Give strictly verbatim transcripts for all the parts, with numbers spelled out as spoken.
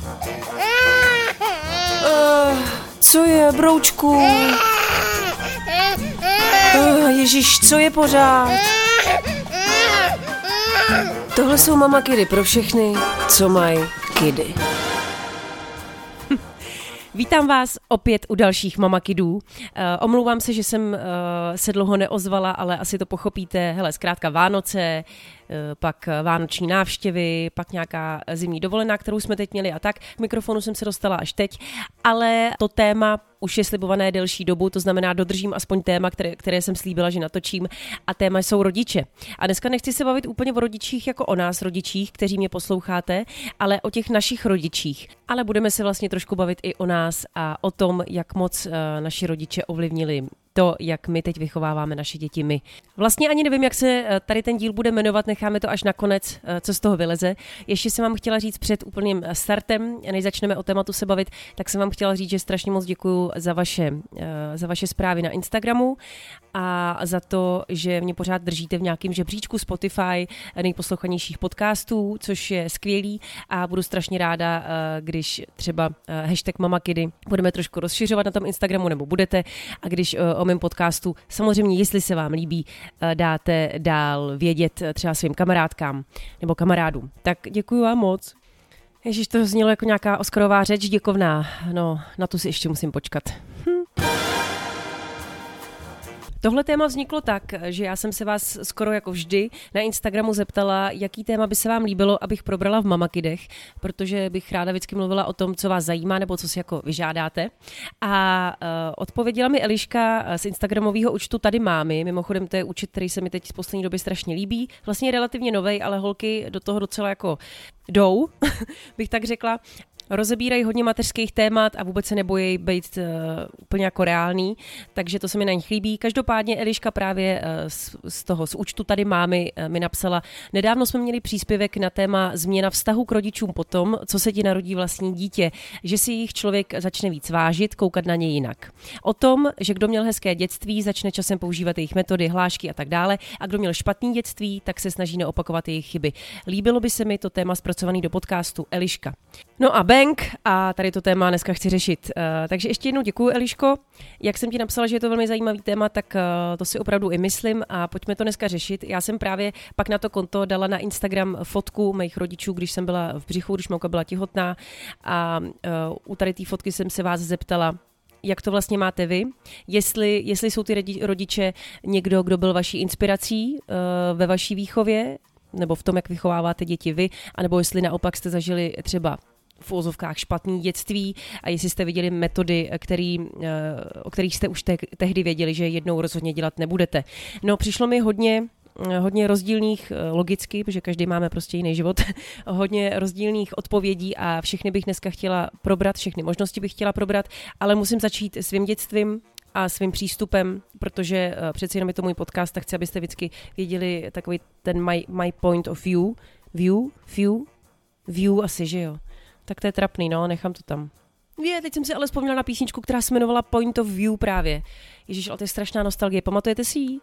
Uh, co je, broučku? Uh, Ježiš, co je pořád? Tohle jsou Mama Kidy pro všechny, co mají kidy. Vítám vás opět u dalších Mama Kidů. Uh, omlouvám se, že jsem uh, se dlouho neozvala, ale asi to pochopíte. Hele, zkrátka Vánoce, uh, pak vánoční návštěvy, pak nějaká zimní dovolená, kterou jsme teď měli a tak. K mikrofonu jsem se dostala až teď, ale to téma už je slibované delší dobu, to znamená dodržím aspoň téma, které, které jsem slíbila, že natočím, a téma jsou rodiče. A dneska nechci se bavit úplně o rodičích jako o nás rodičích, kteří mě posloucháte, ale o těch našich rodičích. Ale budeme se vlastně trošku bavit i o nás a o tom, jak moc uh, naši rodiče ovlivnili to, jak my teď vychováváme naše děti my. Vlastně ani nevím, jak se tady ten díl bude jmenovat, necháme to až na konec, co z toho vyleze. Ještě jsem vám chtěla říct před úplným startem, než začneme o tématu se bavit, tak jsem vám chtěla říct, že strašně moc děkuju za vaše, za vaše zprávy na Instagramu a za to, že mě pořád držíte v nějakém žebříčku Spotify nejposlouchanějších podcastů, což je skvělý, a budu strašně ráda, když třeba hashtag Mama Kidy budeme trošku rozšiřovat na tom Instagramu, nebo budete, a když o mém podcastu samozřejmě, jestli se vám líbí, dáte dál vědět třeba svým kamarádkám nebo kamarádům. Tak děkuju vám moc. Ježiš, to znělo jako nějaká Oscarová řeč, děkovná. No, na tu si ještě musím počkat. Hm. Tohle téma vzniklo tak, že já jsem se vás skoro jako vždy na Instagramu zeptala, jaký téma by se vám líbilo, abych probrala v Mama Kidech, protože bych ráda vždycky mluvila o tom, co vás zajímá nebo co si jako vyžádáte. A uh, odpověděla mi Eliška z instagramového účtu Tady mámy, mimochodem to je účet, který se mi teď z poslední doby strašně líbí. Vlastně je relativně novej, ale holky do toho docela jako jdou, bych tak řekla. Rozebírají hodně mateřských témat a vůbec se nebojí být uh, úplně jako reálný, takže to se mi na nich líbí. Každopádně Eliška právě uh, z, z toho, z účtu Tady mámy uh, mi napsala, nedávno jsme měli příspěvek na téma změna vztahu k rodičům potom, co se ti narodí vlastní dítě, že si jich člověk začne víc vážit, koukat na ně jinak. O tom, že kdo měl hezké dětství, začne časem používat jejich metody, hlášky a tak dále, a kdo měl špatný dětství, tak se snaží neopakovat jejich chyby. Líbilo by se mi to téma zpracovaný do podcastu, Eliška. No a bank, a tady to téma dneska chci řešit. Uh, takže ještě jednou děkuju, Eliško. Jak jsem ti napsala, že je to velmi zajímavý téma, tak uh, to si opravdu i myslím a pojďme to dneska řešit. Já jsem právě pak na to konto dala na Instagram fotku mých rodičů, když jsem byla v břichu, když Mouka byla těhotná, a uh, u tady té fotky jsem se vás zeptala, jak to vlastně máte vy, jestli, jestli jsou ty rodiče někdo, kdo byl vaší inspirací uh, ve vaší výchově, nebo v tom, jak vychováváte děti vy, anebo jestli naopak jste zažili třeba v uvozovkách špatný dětství a jestli jste viděli metody, který, o kterých jste už te- tehdy věděli, že jednou rozhodně dělat nebudete. No, přišlo mi hodně hodně rozdílných, logicky, protože každý máme prostě jiný život, hodně rozdílných odpovědí a všechny bych dneska chtěla probrat, všechny možnosti bych chtěla probrat, ale musím začít svým dětstvím a svým přístupem, protože uh, přeci jenom je to můj podcast, tak chci, abyste vždycky věděli takový ten my, my point of view, view, view, view asi, že jo. Tak to je trapný, no, nechám to tam. Je, teď jsem si ale vzpomněla na písničku, která se jmenovala Point of View právě. Ježiš, ale to je strašná nostalgie, pamatujete si ji?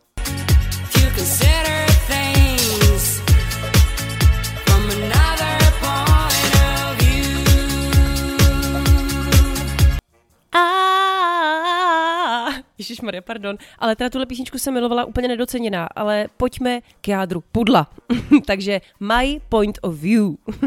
Ježišmarja, pardon, ale teda tuhle písničku jsem milovala, úplně nedoceněná, ale pojďme k jádru pudla. Takže My Point of View.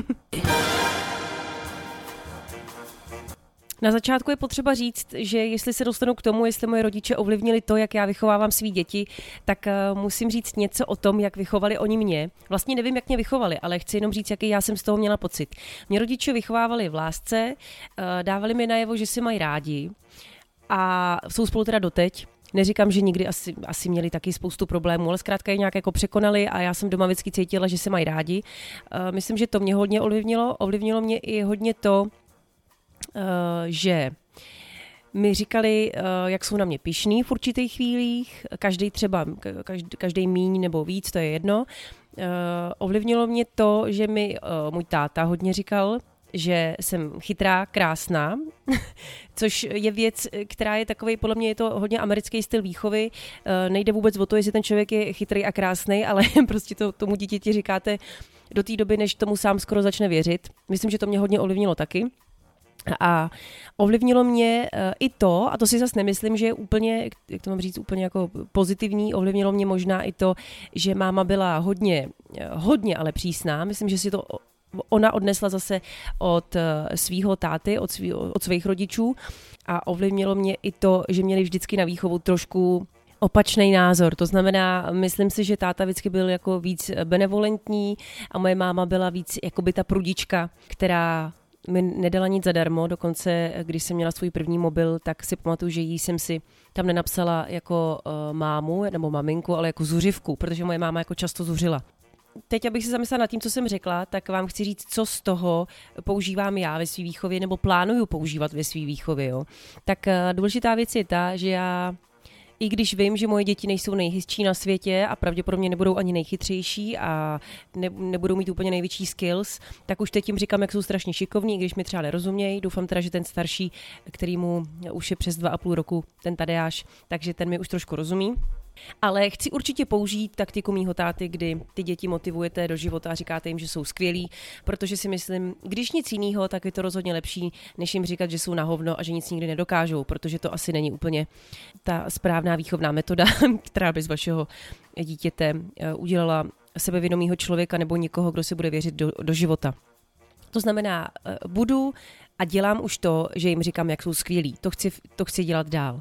Na začátku je potřeba říct, že jestli se dostanu k tomu, jestli moje rodiče ovlivnili to, jak já vychovávám svý děti, tak uh, musím říct něco o tom, jak vychovali oni mě. Vlastně nevím, jak mě vychovali, ale chci jenom říct, jaký já jsem z toho měla pocit. Mě rodiče vychovávali v lásce, uh, dávali mi najevo, že si mají rádi a jsou spolu teda doteď. Neříkám, že nikdy asi, asi měli taky spoustu problémů, ale zkrátka je nějak jako překonali a já jsem doma vždycky cítila, že se mají rádi. Uh, myslím, že to mě hodně ovlivnilo. Ovlivnilo mě i hodně to, Uh, že mi říkali, uh, jak jsou na mě pyšný v určitých chvílích, každý třeba, každý, každý míň nebo víc, to je jedno. Uh, ovlivnilo mě to, že mi uh, můj táta hodně říkal, že jsem chytrá, krásná, což je věc, která je takovej, podle mě je to hodně americký styl výchovy. Uh, nejde vůbec o to, jestli ten člověk je chytrý a krásný, ale prostě to, tomu dítěti říkáte do té doby, než tomu sám skoro začne věřit. Myslím, že to mě hodně ovlivnilo taky. A ovlivnilo mě uh, i to, a to si zase nemyslím, že je úplně, jak to mám říct, úplně jako pozitivní, ovlivnilo mě možná i to, že máma byla hodně, hodně ale přísná. Myslím, že si to ona odnesla zase od svého táty, od, svýho, od svých rodičů a ovlivnilo mě i to, že měli vždycky na výchovu trošku opačný názor. To znamená, myslím si, že táta vždycky byl jako víc benevolentní a moje máma byla víc jakoby ta prudička, která mi nedala nic zadarmo, dokonce když jsem měla svůj první mobil, tak si pamatuju, že jí jsem si tam nenapsala jako uh, mámu nebo maminku, ale jako zuřivku, protože moje máma jako často zuřila. Teď, abych se zamyslela nad tím, co jsem řekla, tak vám chci říct, co z toho používám já ve své výchově nebo plánuju používat ve své výchově. Jo. Tak uh, důležitá věc je ta, že já i když vím, že moje děti nejsou nejhezčí na světě a pravděpodobně nebudou ani nejchytřejší a ne, nebudou mít úplně největší skills, tak už teď jim říkám, jak jsou strašně šikovní, i když mi třeba nerozumějí. Doufám teda, že ten starší, kterýmu už je přes dva a půl roku, ten Tadeáš, takže ten mi už trošku rozumí. Ale chci určitě použít taktiku mýho táty, kdy ty děti motivujete do života a říkáte jim, že jsou skvělí, protože si myslím, když nic jiného, tak je to rozhodně lepší, než jim říkat, že jsou na hovno a že nic nikdy nedokážou, protože to asi není úplně ta správná výchovná metoda, která by z vašeho dítěte udělala sebevědomýho člověka nebo někoho, kdo se bude věřit do, do života. To znamená, budu a dělám už to, že jim říkám, jak jsou skvělí. To chci, to chci dělat dál.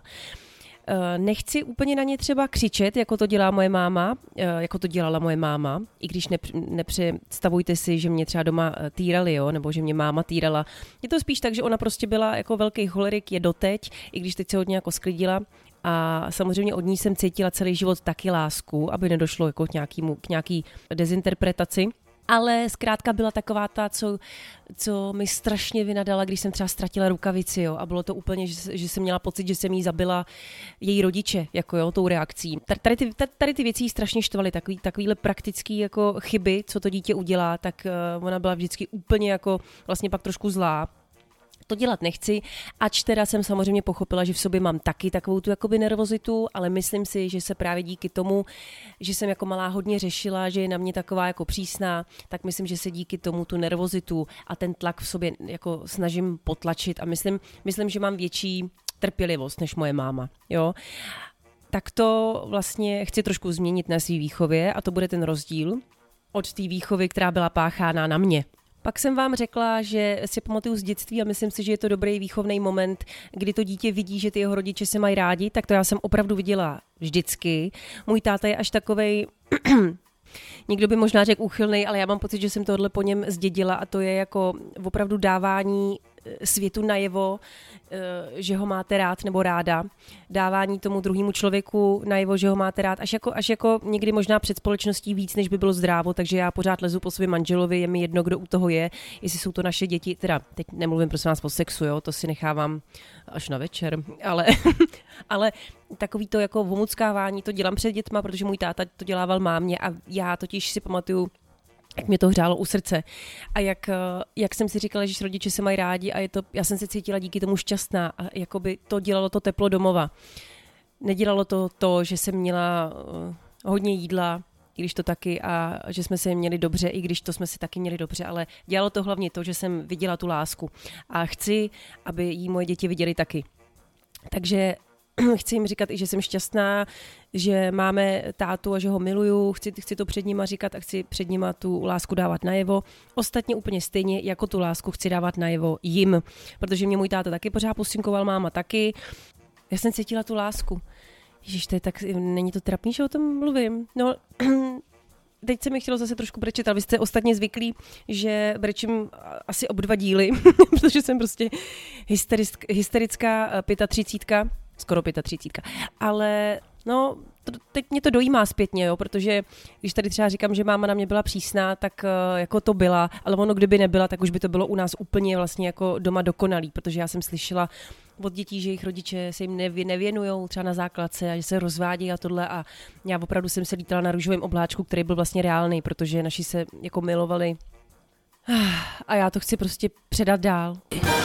Nechci úplně na ně třeba křičet, jako to dělá moje máma, jako to dělala moje máma, i když nepředstavujte si, že mě třeba doma týrali, jo, nebo že mě máma týrala. Je to spíš tak, že ona prostě byla jako velký cholerik, je doteď, i když teď se hodně jako sklidila. A samozřejmě od ní jsem cítila celý život taky lásku, aby nedošlo jako k, nějakýmu, k nějaký dezinterpretaci. Ale zkrátka byla taková ta, co, co mi strašně vynadala, když jsem třeba ztratila rukavici, jo, a bylo to úplně, že, že jsem měla pocit, že jsem jí zabila její rodiče, jako jo, tou reakcí. Tady ty, tady ty věci jí strašně štvaly, takový, takovýhle praktický jako chyby, co to dítě udělá, tak uh, ona byla vždycky úplně jako vlastně pak trošku zlá. To dělat nechci, ač teda jsem samozřejmě pochopila, že v sobě mám taky takovou tu jakoby nervozitu, ale myslím si, že se právě díky tomu, že jsem jako malá hodně řešila, že je na mě taková jako přísná, tak myslím, že se díky tomu tu nervozitu a ten tlak v sobě jako snažím potlačit a myslím, myslím, že mám větší trpělivost než moje máma, jo. Tak to vlastně chci trošku změnit na svý výchově a to bude ten rozdíl od té výchovy, která byla páchána na mě. Pak jsem vám řekla, že si pamatuju z dětství a myslím si, že je to dobrý výchovný moment, kdy to dítě vidí, že ty jeho rodiče se mají rádi, tak to já jsem opravdu viděla vždycky. Můj táta je až takovej, někdo by možná řekl úchylnej, ale já mám pocit, že jsem tohle po něm zdědila a to je jako opravdu dávání světu najevo, že ho máte rád nebo ráda, dávání tomu druhému člověku najevo, že ho máte rád, až jako, až jako někdy možná před společností víc, než by bylo zdrávo, takže já pořád lezu po svém manželovi, je mi jedno, kdo u toho je, jestli jsou to naše děti, teda teď nemluvím prosím vás o sexu, jo, to si nechávám až na večer, ale, ale takový to jako vomuckávání, to dělám před dětma, protože můj táta to dělával mámě a já totiž si pamatuju, jak mě to hřálo u srdce a jak, jak jsem si říkala, že rodiče se mají rádi a je to, já jsem se cítila díky tomu šťastná a jakoby to dělalo to teplo domova. Nedělalo to to, že jsem měla hodně jídla, i když to taky a že jsme se měli dobře, i když to jsme si taky měli dobře, ale dělalo to hlavně to, že jsem viděla tu lásku a chci, aby jí moje děti viděly taky. Takže chci jim říkat i, že jsem šťastná, že máme tátu a že ho miluju, chci, chci to před nima říkat a chci před nima tu lásku dávat najevo. Ostatně úplně stejně, jako tu lásku chci dávat najevo jim, protože mě můj táta taky pořád pusinkoval, máma taky. Já jsem cítila tu lásku. Ježiš, to je tak, není to trapný, že o tom mluvím? No, teď se mi chtělo zase trošku brečet, ale vy jste ostatně zvyklí, že brečím asi ob dva díly, protože jsem prostě hysterick, hysterická pětatřicítka, skoro pětatřicítka, ale no, to, teď mě to dojímá zpětně, jo, protože když tady třeba říkám, že máma na mě byla přísná, tak uh, jako to byla, ale ono kdyby nebyla, tak už by to bylo u nás úplně vlastně jako doma dokonalý, protože já jsem slyšela od dětí, že jejich rodiče se jim nevě, nevěnujou třeba na základce a že se rozvádí a tohle a já opravdu jsem se lítala na růžovém obláčku, který byl vlastně reálný, protože naši se jako milovali a já to chci prostě předat dál.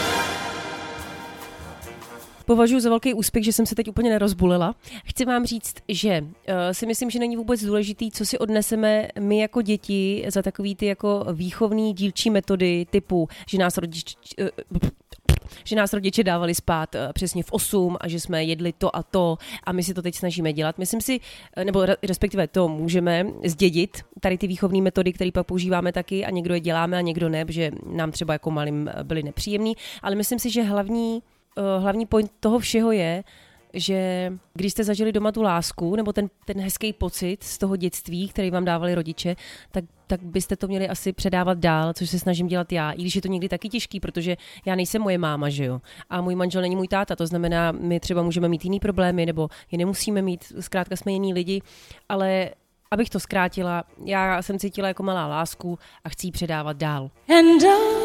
Považuji za velký úspěch, že jsem se teď úplně nerozbulila. Chci vám říct, že uh, si myslím, že není vůbec důležitý, co si odneseme my jako děti za takový ty jako výchovný dílčí metody typu, že nás rodič, uh, že nás rodiče dávali spát přesně v osm a že jsme jedli to a to a my si to teď snažíme dělat. Myslím si, nebo respektive to můžeme zdědit, tady ty výchovné metody, které pak používáme taky a někdo je děláme a někdo ne, že nám třeba jako malým byly nepříjemný, ale myslím si, že hlavní, hlavní point toho všeho je, že když jste zažili doma tu lásku nebo ten, ten hezký pocit z toho dětství, který vám dávali rodiče, tak, tak byste to měli asi předávat dál, což se snažím dělat já. I když je to někdy taky těžký, protože já nejsem moje máma, že jo? A můj manžel není můj táta, to znamená, my třeba můžeme mít jiný problémy nebo je nemusíme mít, zkrátka jsme jiní lidi, ale abych to zkrátila, já jsem cítila jako malá lásku a chci ji předávat dál. And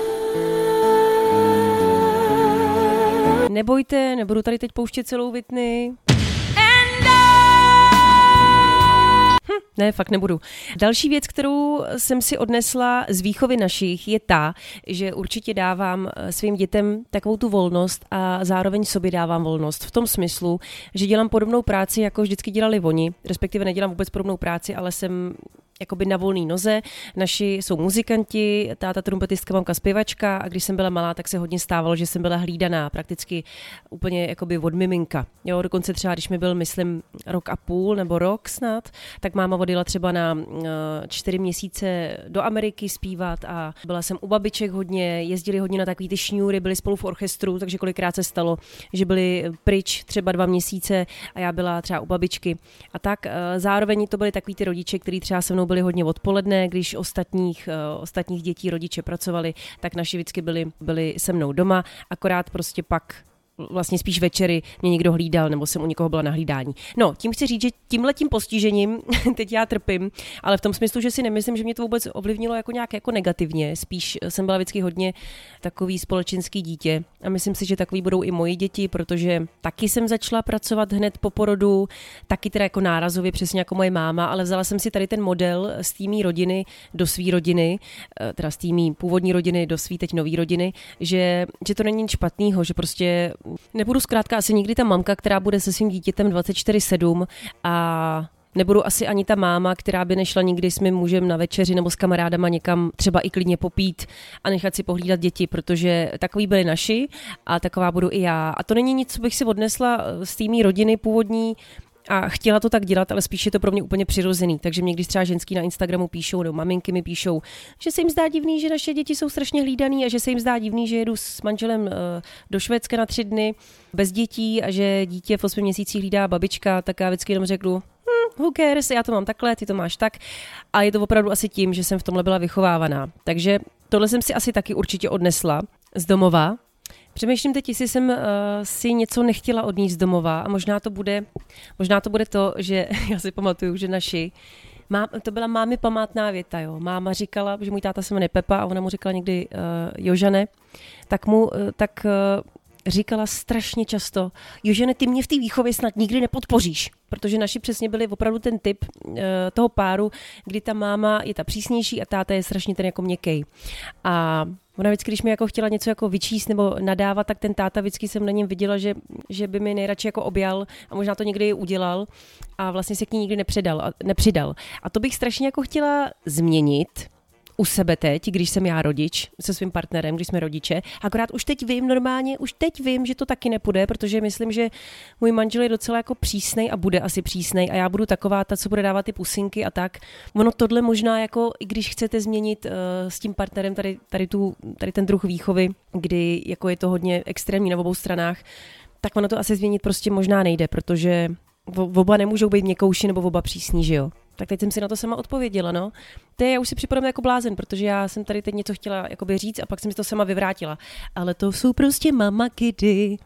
nebojte, nebudu tady teď pouštět celou Whitney. Hm, ne, fakt nebudu. Další věc, kterou jsem si odnesla z výchovy našich, je ta, že určitě dávám svým dětem takovou tu volnost a zároveň sobě dávám volnost. V tom smyslu, že dělám podobnou práci, jako vždycky dělali oni. Respektive nedělám vůbec podobnou práci, ale jsem jakoby na volný noze. Naši jsou muzikanti, táta trumpetistka, mamka zpěvačka a když jsem byla malá, tak se hodně stávalo, že jsem byla hlídaná prakticky úplně jakoby od miminka. Jo, dokonce třeba, když mi byl, myslím, rok a půl nebo rok snad, tak máma odjela třeba na uh, čtyři měsíce do Ameriky zpívat a byla jsem u babiček hodně, jezdili hodně na takový ty šňůry, byli spolu v orchestru, takže kolikrát se stalo, že byli pryč třeba dva měsíce a já byla třeba u babičky. A tak uh, zároveň to byli takový ty rodiče, kteří třeba se mnou byli hodně odpoledne, když ostatních, uh, ostatních dětí rodiče pracovali, tak naši vždycky byli, byli se mnou doma, akorát prostě pak vlastně spíš večery mě někdo hlídal, nebo jsem u někoho byla na hlídání. No, tím chci říct, že tímhletím postižením teď já trpím, ale v tom smyslu, že si nemyslím, že mě to vůbec ovlivnilo jako nějak jako negativně. Spíš jsem byla vždycky hodně takový společenský dítě a myslím si, že takový budou i moji děti, protože taky jsem začala pracovat hned po porodu, taky teda jako nárazově, přesně jako moje máma, ale vzala jsem si tady ten model z té mý rodiny do své rodiny, teda z té mý původní rodiny do své teď nový rodiny, že, že to není nic špatného, že prostě nebudu zkrátka asi nikdy ta mamka, která bude se svým dítětem dvacet čtyři sedm a nebudu asi ani ta máma, která by nešla nikdy s mým mužem na večeři nebo s kamarádama někam třeba i klidně popít a nechat si pohlídat děti, protože takový byli naši a taková budu i já. A to není nic, co bych si odnesla z té mý rodiny původní, a chtěla to tak dělat, ale spíš je to pro mě úplně přirozený. Takže mě když třeba ženský na Instagramu píšou, nebo maminky mi píšou, že se jim zdá divný, že naše děti jsou strašně hlídaný a že se jim zdá divný, že jedu s manželem uh, do Švédska na tři dny bez dětí a že dítě v osmi měsících hlídá babička, tak já vždycky jenom řeknu, hm, who cares, já to mám takhle, ty to máš tak. A je to opravdu asi tím, že jsem v tomhle byla vychovávaná. Takže tohle jsem si asi taky určitě odnesla z domova. Přemýšlím teď, jestli jsem uh, si něco nechtěla odníst z domova a možná to bude, možná to bude to, že já si pamatuju, že naši, má, to byla mámi památná věta, jo. Máma říkala, že můj táta se jmenuje Pepa a ona mu říkala někdy uh, Jožane, tak mu, uh, tak uh, říkala strašně často, Jožane, ty mě v té výchově snad nikdy nepodpoříš, protože naši přesně byli opravdu ten typ uh, toho páru, kdy ta máma je ta přísnější a táta je strašně ten jako měkkej. A ona vždycky, když mi jako chtěla něco jako vyčíst nebo nadávat, tak ten táta vždycky jsem na něm viděla, že, že by mi nejradši jako objal a možná to někdy udělal a vlastně se k ní nikdy nepředal, a, nepřidal. A to bych strašně jako chtěla změnit u sebe teď, když jsem já rodič se svým partnerem, když jsme rodiče. Akorát už teď vím normálně, už teď vím, že to taky nepůjde, protože myslím, že můj manžel je docela jako přísnej a bude asi přísnej a já budu taková ta, co bude dávat ty pusinky a tak. Ono tohle možná jako, i když chcete změnit uh, s tím partnerem tady, tady, tu, tady ten druh výchovy, kdy jako je to hodně extrémní na obou stranách, tak ono to asi změnit prostě možná nejde, protože oba nemůžou být měkouši nebo oba přísní, že jo? Tak teď jsem si na to sama odpověděla, no. To je, já už si připadám jako blázen, protože já jsem tady teď něco chtěla jakoby říct a pak jsem si to sama vyvrátila. Ale to jsou prostě mama kidy.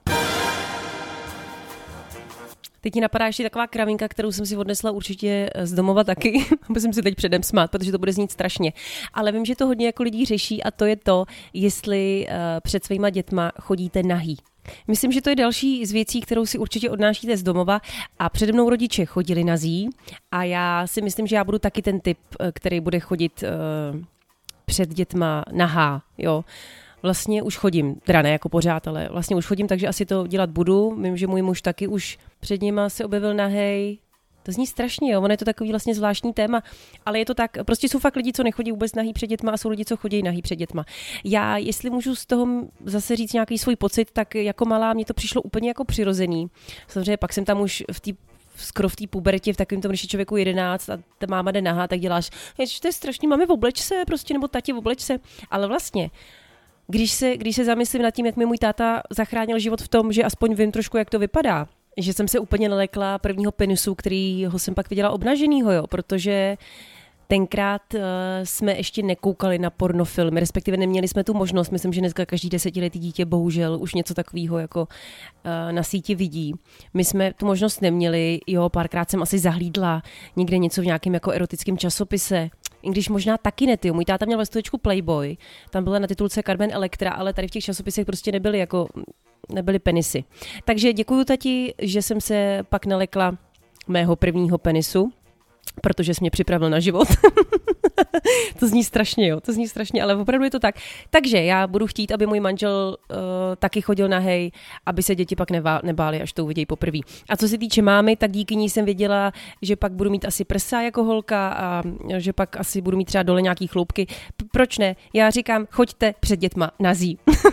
Teď ti napadá ještě taková kravinka, kterou jsem si odnesla určitě z domova taky. Musím si teď předem smát, protože to bude znít strašně. Ale vím, že to hodně jako lidí řeší a to je to, jestli uh, před svýma dětma chodíte nahý. Myslím, že to je další z věcí, kterou si určitě odnášíte z domova a přede mnou rodiče chodili nazí a já si myslím, že já budu taky ten typ, který bude chodit uh, před dětma nahá, jo. Vlastně už chodím, teda ne jako pořád, ale vlastně už chodím, takže asi to dělat budu. Vím, že můj muž taky už před nima se objevil nahej, To zní strašně, jo, ono je to takový vlastně zvláštní téma, ale je to tak, prostě jsou fakt lidi, co nechodí vůbec nahý před dětma a jsou lidi, co chodí nahý před dětma. Já, jestli můžu z toho zase říct nějaký svůj pocit, tak jako malá mě to přišlo úplně jako přirozený. Samozřejmě pak jsem tam už v té skoro v té pubertě, v takovém tom, když je člověku jedenáct a ta máma jde nahá, tak děláš, ježiš, to je strašný, máme v obleč se, prostě, nebo tati v obleč se, ale vlastně Když se, když se zamyslím nad tím, jak mi můj táta zachránil život v tom, že aspoň vím trošku, jak to vypadá, že jsem se úplně nalekla prvního penisu, kterýho jsem pak viděla obnaženýho, jo, protože tenkrát uh, jsme ještě nekoukali na pornofilmy, respektive neměli jsme tu možnost, myslím, že dneska každý desetiletý dítě bohužel už něco takového jako uh, na síti vidí. My jsme tu možnost neměli, jo, párkrát jsem asi zahlídla někde něco v nějakém jako erotickém časopise, i když možná taky ne, ty. Můj táta měl ve stolečku Playboy, tam byla na titulce Carmen Electra, ale tady v těch časopisech prostě nebyly jako, nebyly penisy. Takže děkuju tati, že jsem se pak nalekla mého prvního penisu, protože jsi mě připravil na život. To zní strašně, jo, to zní strašně, ale opravdu je to tak. Takže já budu chtít, aby můj manžel uh, taky chodil nahej, aby se děti pak nebá, nebály, až to uvidějí poprvé. A co se týče mámy, tak díky ní jsem věděla, že pak budu mít asi prsa jako holka a že pak asi budu mít třeba dole nějaký chloupky. P- proč ne? Já říkám, choďte před dětma nazí.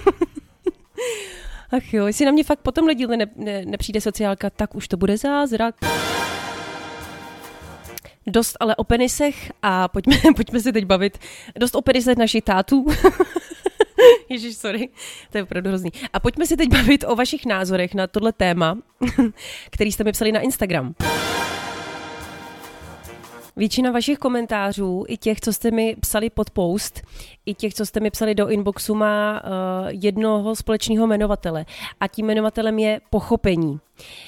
Ach jo, jestli na mě fakt potom lidi ne, ne, nepřijde sociálka, tak už to bude zázrak. Dost ale o penisech a pojďme, pojďme se teď bavit. Dost o penisech našich tátů. Ježiš, sorry, to je opravdu hrozný. A pojďme se teď bavit o vašich názorech na tohle téma, který jste mi psali na Instagram. Většina vašich komentářů, i těch, co jste mi psali pod post, i těch, co jste mi psali do inboxu, má uh, jednoho společného jmenovatele. A tím jmenovatelem je pochopení.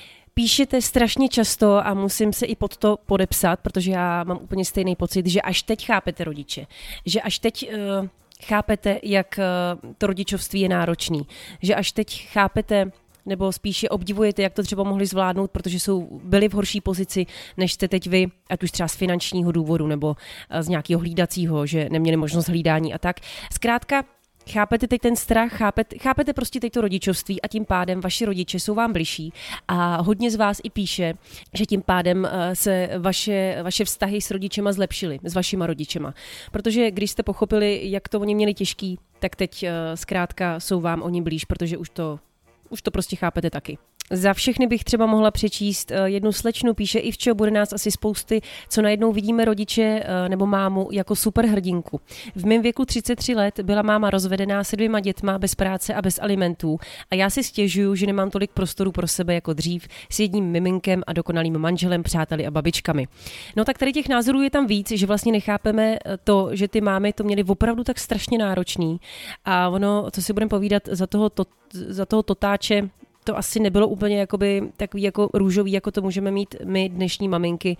Píšete strašně často a musím se i pod to podepsat, protože já mám úplně stejný pocit, že až teď chápete rodiče, že až teď uh, chápete, jak uh, to rodičovství je náročný, že až teď chápete, nebo spíše obdivujete, jak to třeba mohli zvládnout, protože jsou byli v horší pozici, než jste teď vy, ať už třeba z finančního důvodu nebo uh, z nějakého hlídacího, že neměli možnost hlídání a tak. Zkrátka, chápete teď ten strach, chápete, chápete prostě teď to rodičovství a tím pádem vaši rodiče jsou vám bližší a hodně z vás i píše, že tím pádem se vaše, vaše vztahy s rodičema zlepšily, s vašima rodičema. Protože když jste pochopili, jak to oni měli těžký, tak teď zkrátka jsou vám oni blíž, protože už to, už to prostě chápete taky. Za všechny bych třeba mohla přečíst jednu slečnu, píše Ivčo, bude nás asi spousty, co najednou vidíme rodiče nebo mámu jako superhrdinku. V mém věku třicet tři let byla máma rozvedená se dvěma dětma, bez práce a bez alimentů a já si stěžuju, že nemám tolik prostoru pro sebe jako dřív s jedním miminkem a dokonalým manželem, přáteli a babičkami. No tak tady těch názorů je tam víc, že vlastně nechápeme to, že ty mámy to měly opravdu tak strašně náročný a ono, co si budeme povídat, za toho, to, za toho totáče to asi nebylo úplně jakoby takový jako růžový, jako to můžeme mít my dnešní maminky.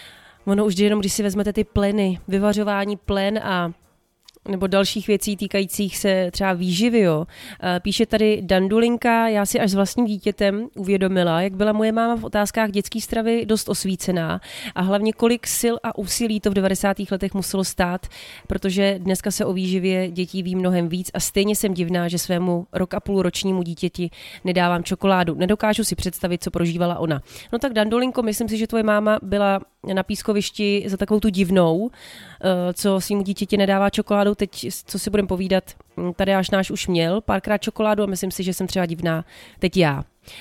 Ono už jenom, když si vezmete ty pleny, vyvařování plen a nebo dalších věcí týkajících se třeba výživy. Jo. Píše tady Dandulinka, já si až s vlastním dítětem uvědomila, jak byla moje máma v otázkách dětské stravy dost osvícená a hlavně kolik sil a úsilí to v devadesátých letech muselo stát, protože dneska se o výživě dětí ví mnohem víc a stejně jsem divná, že svému rok a půl ročnímu dítěti nedávám čokoládu. Nedokážu si představit, co prožívala ona. No tak Dandulinko, myslím si, že tvoje máma byla na pískovišti za takovou tu divnou, co svýmu dítěti nedává čokoládu. Teď, co si budeme povídat, tady až náš už měl párkrát čokoládu a myslím si, že jsem třeba divná teď já.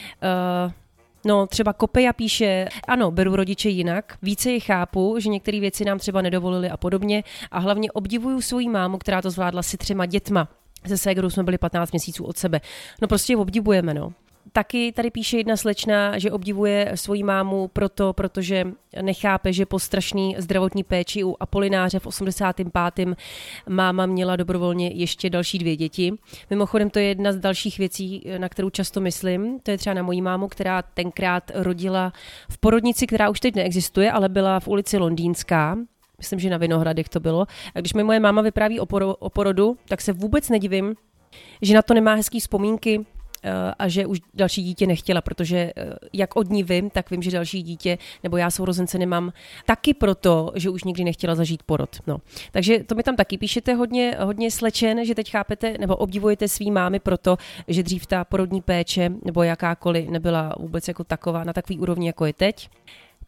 Uh, no, třeba Kopeja píše, ano, beru rodiče jinak, více je chápu, že některé věci nám třeba nedovolili a podobně a hlavně obdivuju svoji mámu, která to zvládla si třema dětma. Se ségrou jsme byli patnáct měsíců od sebe. No prostě obdivujeme, no. Taky tady píše jedna slečna, že obdivuje svoji mámu proto, protože nechápe, že po strašný zdravotní péči u Apolináře v osmdesátém pátém máma měla dobrovolně ještě další dvě děti. Mimochodem to je jedna z dalších věcí, na kterou často myslím. To je třeba na moji mámu, která tenkrát rodila v porodnici, která už teď neexistuje, ale byla v ulici Londýnská. Myslím, že na Vinohradech to bylo. A když mi moje máma vypráví o, poro- o porodu, tak se vůbec nedivím, že na to nemá hezký vzpomínky, a že už další dítě nechtěla, protože jak od ní vím, tak vím, že další dítě, nebo já sourozence nemám, taky proto, že už nikdy nechtěla zažít porod. No. Takže to mi tam taky píšete hodně, hodně slečen, že teď chápete, nebo obdivujete svý mámy proto, že dřív ta porodní péče, nebo jakákoliv, nebyla vůbec jako taková, na takový úrovni, jako je teď.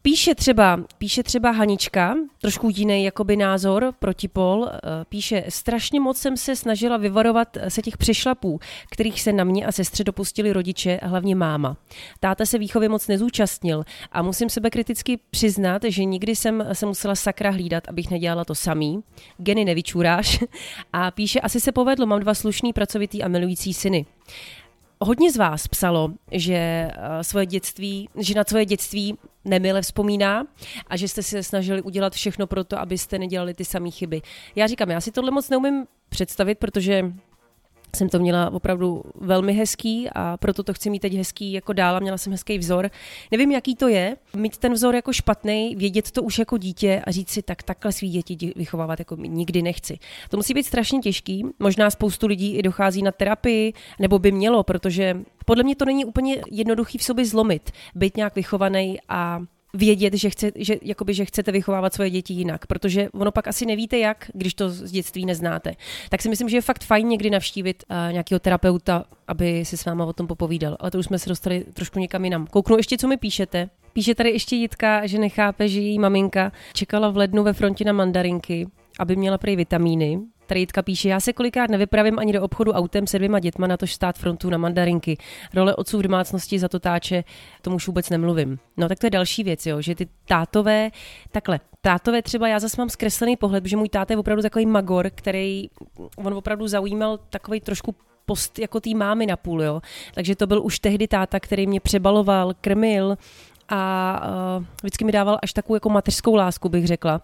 Píše třeba, píše třeba Hanička, trošku jiný jakoby názor, protipol, píše, strašně moc jsem se snažila vyvarovat se těch přešlapů, kterých se na mě a sestře dopustili rodiče, a hlavně máma. Táta se výchově moc nezúčastnil a musím sebe kriticky přiznat, že nikdy jsem se musela sakra hlídat, abych nedělala to samý. Geny nevyčůráš. A píše, asi se povedlo, mám dva slušný, pracovitý a milující syny. Hodně z vás psalo, že svoje dětství, že na svoje dětství nemile vzpomíná a že jste se snažili udělat všechno pro to, abyste nedělali ty samé chyby. Já říkám, já si tohle moc neumím představit, protože jsem to měla opravdu velmi hezký a proto to chci mít teď hezký jako dál a měla jsem hezký vzor. Nevím, jaký to je, mít ten vzor jako špatný, vědět to už jako dítě a říct si, tak takhle svý děti vychovávat jako nikdy nechci. To musí být strašně těžký, možná spoustu lidí i dochází na terapii, nebo by mělo, protože podle mě to není úplně jednoduchý v sobě zlomit, být nějak vychovaný a vědět, že, chce, že, jakoby, že chcete vychovávat svoje děti jinak, protože ono pak asi nevíte jak, když to z dětství neznáte. Tak si myslím, že je fakt fajn někdy navštívit uh, nějakého terapeuta, aby si s váma o tom popovídal. Ale to už jsme se dostali trošku někam jinam. Kouknu ještě, co mi píšete. Píše tady ještě Jitka, že nechápe, že její maminka čekala v lednu ve frontě na mandarinky, aby měla prý vitamíny. Tady Jitka píše, já se kolikrát nevypravím ani do obchodu autem se dvěma dětma, natož stát frontu na mandarinky. Role otců v domácnosti za to táče, tomu už vůbec nemluvím. No tak to je další věc, jo, že ty tátové, takhle, tátové třeba já zase mám zkreslený pohled, protože můj táta je opravdu takový magor, který, on opravdu zaujímal takový trošku post jako tý mámy na půl, jo. Takže to byl už tehdy táta, který mě přebaloval, krmil a uh, vždycky mi dával až takovou jako mateřskou lásku, bych řekla.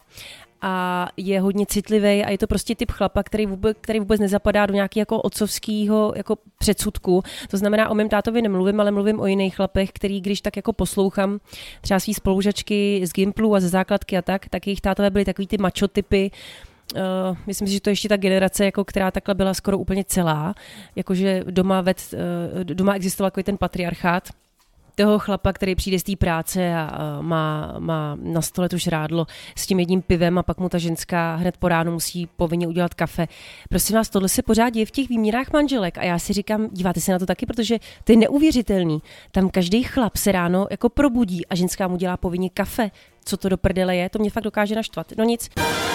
A je hodně citlivý a je to prostě typ chlapa, který vůbec, který vůbec nezapadá do nějakého jako otcovského jako předsudku. To znamená, o mém tátovi nemluvím, ale mluvím o jiných chlapech, který když tak jako poslouchám třeba svý spolužačky z Gimplu a ze základky a tak, tak jejich tátové byly takový ty macho typy. Uh, myslím si, že to je ještě ta generace, jako, která takhle byla skoro úplně celá. Jakože doma, ved, uh, doma existoval takový ten patriarchát toho chlapa, který přijde z té práce a uh, má, má na stole to žrádlo s tím jedním pivem a pak mu ta ženská hned po ránu musí povinně udělat kafe. Prosím vás, tohle se pořád děje v těch výměrách manželek a já si říkám, díváte se na to taky, protože to je neuvěřitelný. Tam každý chlap se ráno jako probudí a ženská mu dělá povinně kafe. Co to do prdele je? To mě fakt dokáže naštvat. No nic.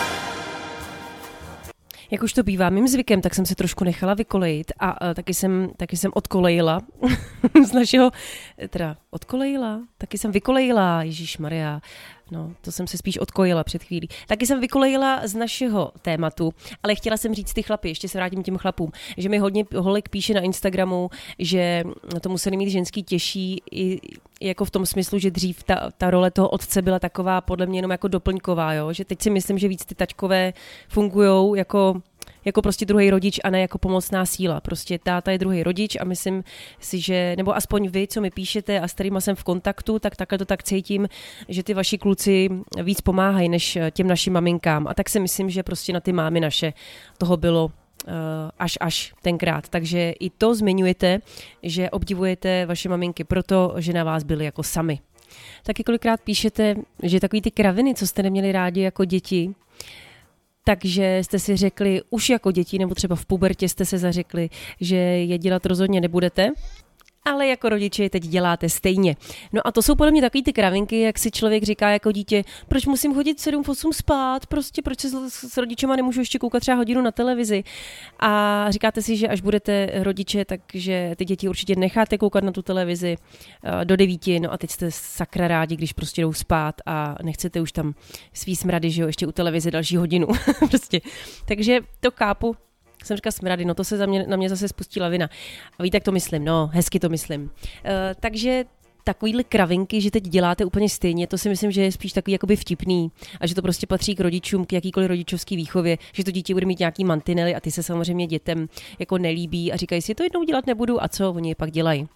Jak už to bývá mým zvykem, tak jsem se trošku nechala vykolejit a, a taky, jsem, taky jsem odkolejila z našeho, teda odkolejila, taky jsem vykolejila, ježišmarja, no to jsem se spíš odkojila před chvílí. Taky jsem vykolejila z našeho tématu, ale chtěla jsem říct ty chlapy, ještě se vrátím těm chlapům, že mi hodně holek píše na Instagramu, že to museli mít ženský těžší i jako v tom smyslu, že dřív ta, ta role toho otce byla taková podle mě jenom jako doplňková, jo? Že teď si myslím, že víc ty tačkové fungujou jako jako prostě druhý rodič a ne jako pomocná síla. Prostě táta je druhý rodič a myslím si, že, nebo aspoň vy, co mi píšete a s kterýma jsem v kontaktu, tak takhle to tak cítím, že ty vaši kluci víc pomáhají než těm našim maminkám. A tak si myslím, že prostě na ty mámy naše toho bylo Uh, až až tenkrát. Takže i to zmiňujete, že obdivujete vaše maminky proto, že na vás byly jako sami. Taky kolikrát píšete, že takový ty kraviny, co jste neměli rádi jako děti, takže jste si řekli už jako děti, nebo třeba v pubertě jste se zařekli, že je dělat rozhodně nebudete, ale jako rodiče je teď děláte stejně. No a to jsou podle mě takový ty kravinky, jak si člověk říká jako dítě, proč musím chodit sedm osm spát, prostě proč se s, s rodičema nemůžu ještě koukat třeba hodinu na televizi. A říkáte si, že až budete rodiče, takže ty děti určitě necháte koukat na tu televizi do devíti, no a teď jste sakra rádi, když prostě jdou spát a nechcete už tam svý smrady, že jo, ještě u televize další hodinu. prostě. Takže to chápu. Jsem říkala smrady, no to se za mě, na mě zase spustí lavina. A víte, jak to myslím, no, hezky to myslím. Uh, takže takovýhle kravinky, že teď děláte úplně stejně, to si myslím, že je spíš takový jakoby vtipný a že to prostě patří k rodičům, k jakýkoliv rodičovský výchově, že to dítě bude mít nějaký mantinely a ty se samozřejmě dětem jako nelíbí a říkají si, to jednou dělat nebudu a co, oni je pak dělají.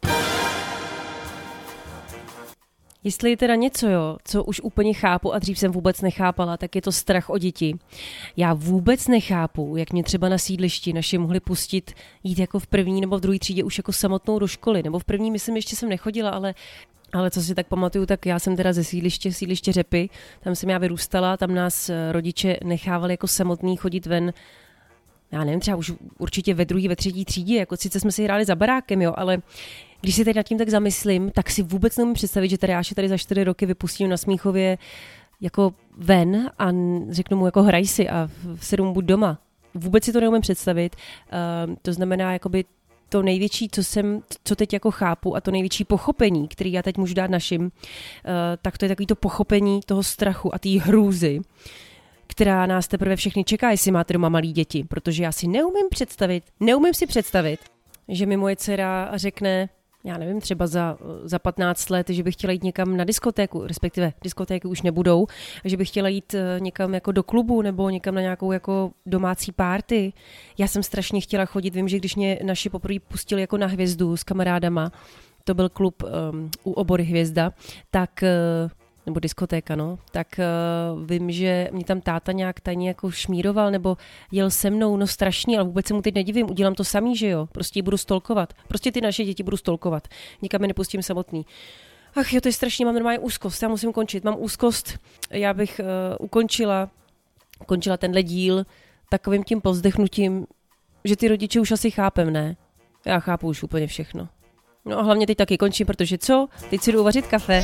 Jestli je teda něco, jo, co už úplně chápu a dřív jsem vůbec nechápala, tak je to strach o děti. Já vůbec nechápu, jak mě třeba na sídlišti naši mohli pustit jít jako v první nebo v druhé třídě už jako samotnou do školy. Nebo v první, myslím, ještě jsem nechodila, ale, ale co si tak pamatuju, tak já jsem teda ze sídliště, sídliště Řepy, tam jsem já vyrůstala, tam nás rodiče nechávali jako samotný chodit ven. Já nevím, třeba už určitě ve druhé, ve třetí třídě, jako sice jsme si hráli za barákem, jo, ale když si teď nad tím tak zamyslím, tak si vůbec nemůžu představit, že tady Jáši tady za čtyři roky vypustím na Smíchově jako ven a řeknu mu jako hraj si a v sedm buď doma. Vůbec si to neumím představit. Uh, to znamená, jakoby to největší, co jsem, co teď jako chápu a to největší pochopení, který já teď můžu dát našim, uh, tak to je takový to pochopení toho strachu a té hrůzy, která nás teprve všechny čeká, jestli máte doma malí děti, protože já si neumím představit, neumím si představit, že mi moje dcera řekne, já nevím, třeba za, za patnáct let, že bych chtěla jít někam na diskotéku, respektive diskotéky už nebudou, že bych chtěla jít někam jako do klubu nebo někam na nějakou jako domácí party. Já jsem strašně chtěla chodit, vím, že když mě naši poprvé pustili jako na Hvězdu s kamarádama, to byl klub um, u Obory Hvězda, tak... Uh, nebo diskotéka, no, tak uh, vím, že mě tam táta nějak tajně jako šmíroval, nebo jel se mnou, no strašně, ale vůbec se mu teď nedivím, udělám to samý, že jo, prostě ji budu stolkovat, prostě ty naše děti budu stolkovat, nikam je nepustím samotný. Ach jo, to je strašně, mám normálně úzkost, já musím končit, mám úzkost, já bych uh, ukončila, ukončila tenhle díl takovým tím povzdechnutím, že ty rodiče už asi chápem, ne? Já chápu už úplně všechno. No a hlavně teď taky končím, protože co? Teď si jdu uvařit kafe.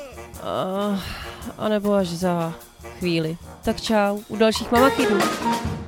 Uh, a nebo až za chvíli. Tak čau, u dalších Mama Kidů.